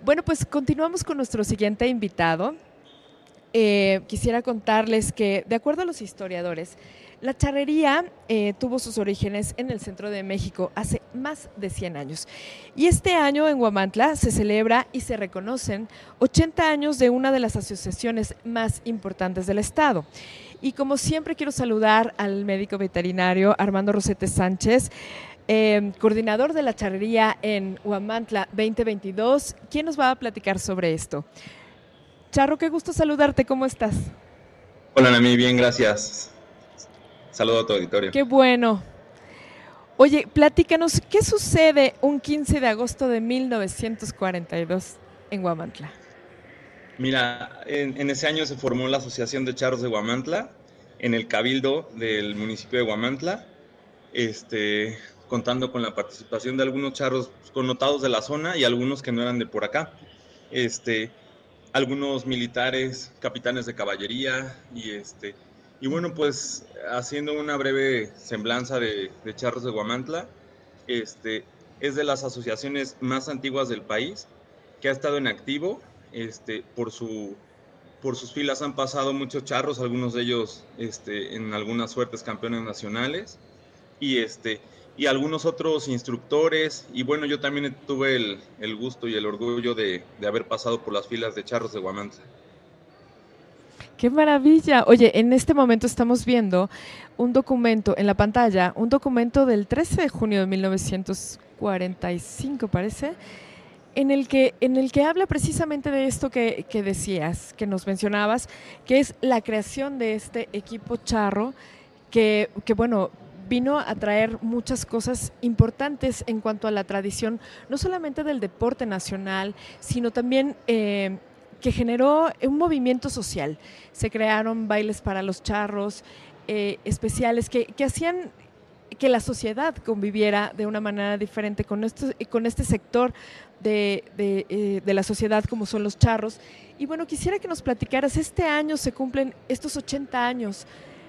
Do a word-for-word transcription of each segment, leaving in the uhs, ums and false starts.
Bueno, pues continuamos con nuestro siguiente invitado. Eh, quisiera contarles que, de acuerdo a los historiadores, la charrería eh, tuvo sus orígenes en el centro de México hace más de cien años. Y este año en Huamantla se celebra y se reconocen ochenta años de una de las asociaciones más importantes del estado. Y como siempre quiero saludar al médico veterinario Armando Rosete Sánchez, eh, coordinador de la charrería en Huamantla veinte veintidós. ¿Quién nos va a platicar sobre esto? Charro, qué gusto saludarte, ¿cómo estás? Hola, Nami, bien, gracias. Saludo a tu auditorio. Qué bueno. Oye, platícanos, ¿qué sucede un quince de agosto de mil novecientos cuarenta y dos en Huamantla? Mira, en, en ese año se formó la Asociación de Charros de Huamantla, en el Cabildo del municipio de Huamantla, este, contando con la participación de algunos charros connotados de la zona y algunos que no eran de por acá. Este, Algunos militares, capitanes de caballería y este y bueno, pues haciendo una breve semblanza de, de Charros de Huamantla, este es de las asociaciones más antiguas del país, que ha estado en activo. este por su por sus filas han pasado muchos charros, algunos de ellos este en algunas suertes campeones nacionales y este y algunos otros instructores. Y bueno, yo también tuve el, el gusto y el orgullo de, de, haber pasado por las filas de charros de Huamantla. ¡Qué maravilla! Oye, en este momento estamos viendo un documento en la pantalla, un documento del trece de junio de mil novecientos cuarenta y cinco, parece, en el que, en el que habla precisamente de esto que, que decías, que nos mencionabas, que es la creación de este equipo charro que, que, bueno, vino a traer muchas cosas importantes en cuanto a la tradición, no solamente del deporte nacional, sino también eh, que generó un movimiento social. Se crearon bailes para los charros eh, especiales que, que hacían que la sociedad conviviera de una manera diferente con, esto, con este sector de, de, eh, de la sociedad como son los charros. Y bueno, quisiera que nos platicaras, este año se cumplen estos ochenta años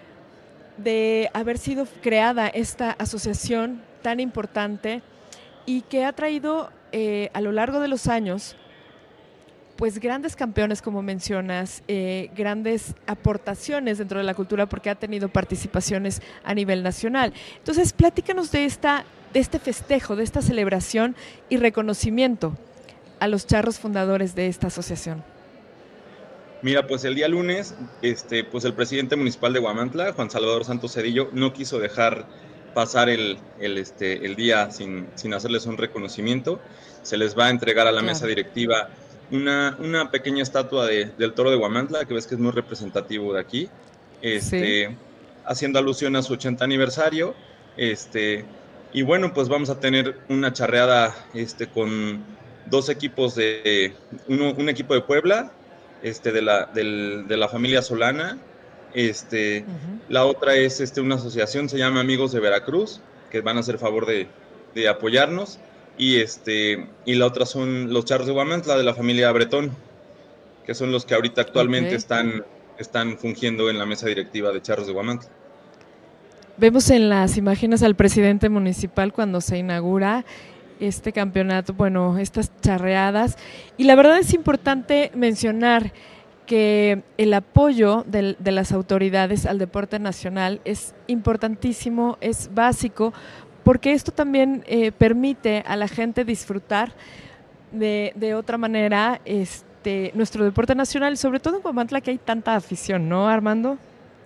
de haber sido creada esta asociación tan importante y que ha traído eh, a lo largo de los años pues grandes campeones, como mencionas, eh, grandes aportaciones dentro de la cultura porque ha tenido participaciones a nivel nacional. Entonces, platícanos de, esta, de este festejo, de esta celebración y reconocimiento a los charros fundadores de esta asociación. Mira, pues el día lunes, este, pues el presidente municipal de Huamantla, Juan Salvador Santos Cedillo, no quiso dejar pasar el, el, este, el día sin, sin hacerles un reconocimiento. Se les va a entregar a la Claro. mesa directiva una, una pequeña estatua de, del toro de Huamantla, que ves que es muy representativo de aquí, Sí. este, haciendo alusión a su ochenta aniversario. Este, y bueno, pues vamos a tener una charreada este, con dos equipos de, uno, un equipo de Puebla, este, de, la, del, de la familia Solana. Este, Uh-huh. la otra es este, una asociación, se llama Amigos de Veracruz, que van a hacer favor de, de apoyarnos. Y, este, y la otra son los charros de Huamantla, de la familia Bretón, que son los que ahorita actualmente Ok. están, están fungiendo en la mesa directiva de charros de Huamantla. Vemos en las imágenes al presidente municipal cuando se inaugura este campeonato, bueno, estas charreadas. Y la verdad es importante mencionar que el apoyo de, de las autoridades al deporte nacional es importantísimo, es básico, porque esto también eh, permite a la gente disfrutar de, de otra manera este, nuestro deporte nacional, sobre todo en Huamantla, que hay tanta afición, ¿no, Armando?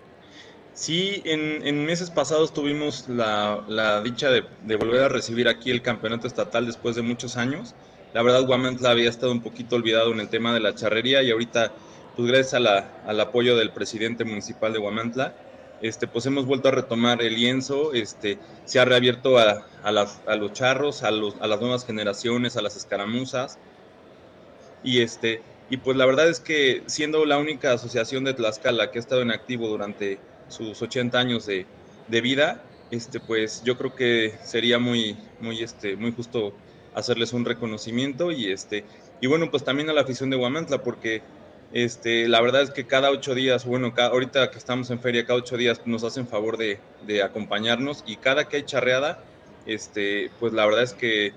Sí, en, en meses pasados tuvimos la, la dicha de, de volver a recibir aquí el campeonato estatal después de muchos años. La verdad, Guamantla había estado un poquito olvidado en el tema de la charrería y ahorita, pues gracias a la, al apoyo del presidente municipal de Guamantla, este, pues hemos vuelto a retomar el lienzo. Este, se ha reabierto a, a, las, a los charros, a, los, a las nuevas generaciones, a las escaramuzas. Y, este, y pues la verdad es que siendo la única asociación de Tlaxcala que ha estado en activo durante sus ochenta años de, de vida, este, pues yo creo que sería muy, muy, este, muy justo hacerles un reconocimiento. Y, este, y bueno, pues también a la afición de Huamantla, porque este, la verdad es que cada ocho días, bueno, cada, ahorita que estamos en feria, cada ocho días nos hacen favor de, de acompañarnos, y cada que hay charreada, este, pues la verdad es que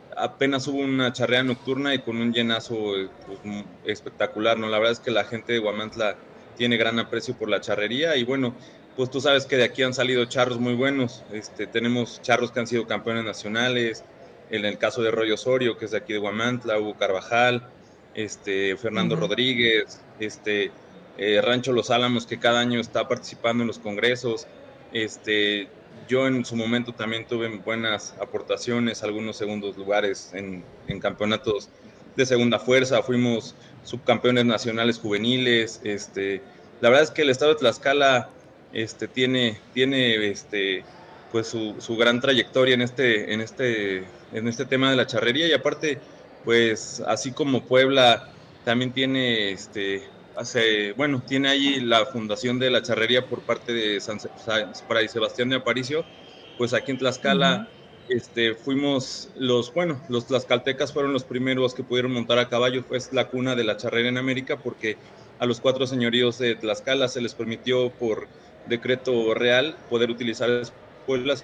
apenas hubo una charrea nocturna y con un llenazo pues, espectacular, ¿no? La verdad es que la gente de Huamantla tiene gran aprecio por la charrería y bueno, pues tú sabes que de aquí han salido charros muy buenos. Este, tenemos charros que han sido campeones nacionales, en el caso de Roy Osorio, que es de aquí de Huamantla, Hugo Carvajal, este, Fernando Ujú. Rodríguez, este, eh, Rancho Los Álamos, que cada año está participando en los congresos. Este, yo en su momento también tuve buenas aportaciones, algunos segundos lugares en, en campeonatos de segunda fuerza, fuimos subcampeones nacionales juveniles. Este, la verdad es que el estado de Tlaxcala este, tiene, tiene este, pues su, su gran trayectoria en este, en, este, en este tema de la charrería y aparte, pues así como Puebla también tiene este, hace, bueno, tiene ahí la fundación de la charrería por parte de San, Fray Sebastián de Aparicio, pues aquí en Ujú. Tlaxcala este, fuimos los, bueno, los tlaxcaltecas fueron los primeros que pudieron montar a caballo, fue la cuna de la charrería en América porque a los cuatro señoríos de Tlaxcala se les permitió por decreto real poder utilizar escuelas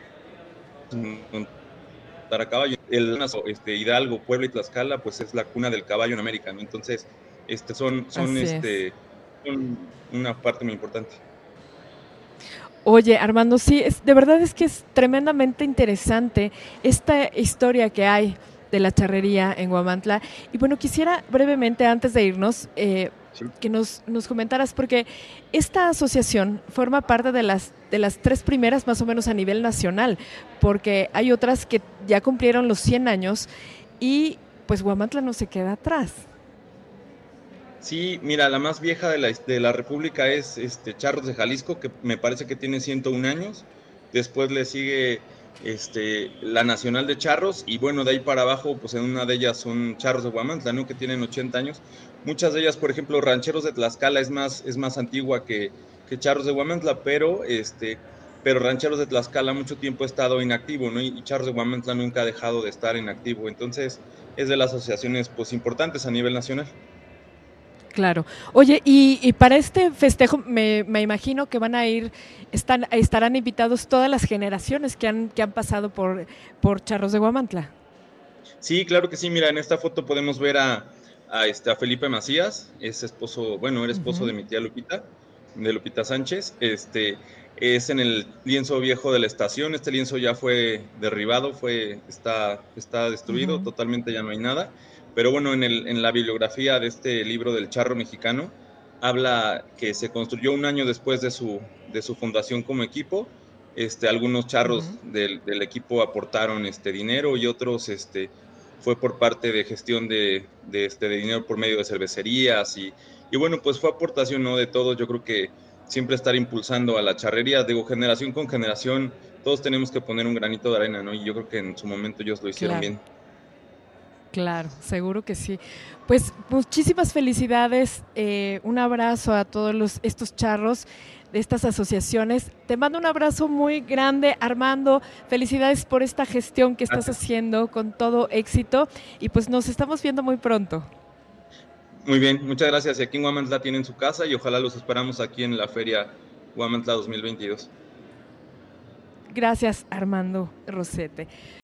montar a caballo. El este, Hidalgo, Puebla y Tlaxcala, pues es la cuna del caballo en América, ¿no? Entonces, este, son, son, Así es. este, son una parte muy importante. Oye, Armando, sí, es, de verdad es que es tremendamente interesante esta historia que hay de la charrería en Huamantla. Y bueno, quisiera brevemente, antes de irnos, eh, Sí. que nos, nos comentaras, porque esta asociación forma parte de las, de las tres primeras más o menos a nivel nacional, porque hay otras que ya cumplieron los cien años y pues Huamantla no se queda atrás. Sí, mira, la más vieja de la, de la República es este, Charros de Jalisco, que me parece que tiene ciento un años. Después le sigue este, la Nacional de Charros, y bueno, de ahí para abajo, pues en una de ellas son Charros de Huamantla, ¿no? Que tienen ochenta años. Muchas de ellas, por ejemplo, Rancheros de Tlaxcala es más, es más antigua que, que Charros de Huamantla, pero, este, pero Rancheros de Tlaxcala mucho tiempo ha estado inactivo, ¿no? Y, y Charros de Huamantla nunca ha dejado de estar inactivo. Entonces, es de las asociaciones pues importantes a nivel nacional. Claro. Oye, y, y para este festejo me, me, imagino que van a ir, están, estarán invitados todas las generaciones que han, que han pasado por, por Charros de Huamantla. Sí, claro que sí. Mira, en esta foto podemos ver a, a, este, a Felipe Macías, es esposo, bueno, era esposo Uh-huh. de mi tía Lupita, de Lupita Sánchez. Este es en el lienzo viejo de la estación. Este lienzo ya fue derribado, fue, está, está destruido, Uh-huh. totalmente ya no hay nada. Pero bueno, en, el, en la bibliografía de este libro del Charro Mexicano, habla que se construyó un año después de su, de su fundación como equipo. Este, algunos charros Uh-huh. del, del, equipo aportaron este dinero y otros este, fue por parte de gestión de, de, este, de dinero por medio de cervecerías y, y bueno, pues fue aportación, ¿no? De todos. Yo creo que siempre estar impulsando a la charrería, digo, generación con generación, todos tenemos que poner un granito de arena, ¿no? Y yo creo que en su momento ellos lo hicieron Claro. bien. Claro, seguro que sí. Pues muchísimas felicidades, eh, un abrazo a todos los, estos charros de estas asociaciones. Te mando un abrazo muy grande, Armando. Felicidades por esta gestión que estás Gracias. haciendo con todo éxito y pues nos estamos viendo muy pronto. Muy bien, muchas gracias. Y aquí en Huamantla tienen su casa y ojalá los esperamos aquí en la feria Huamantla dos mil veintidós. Gracias, Armando Rosete.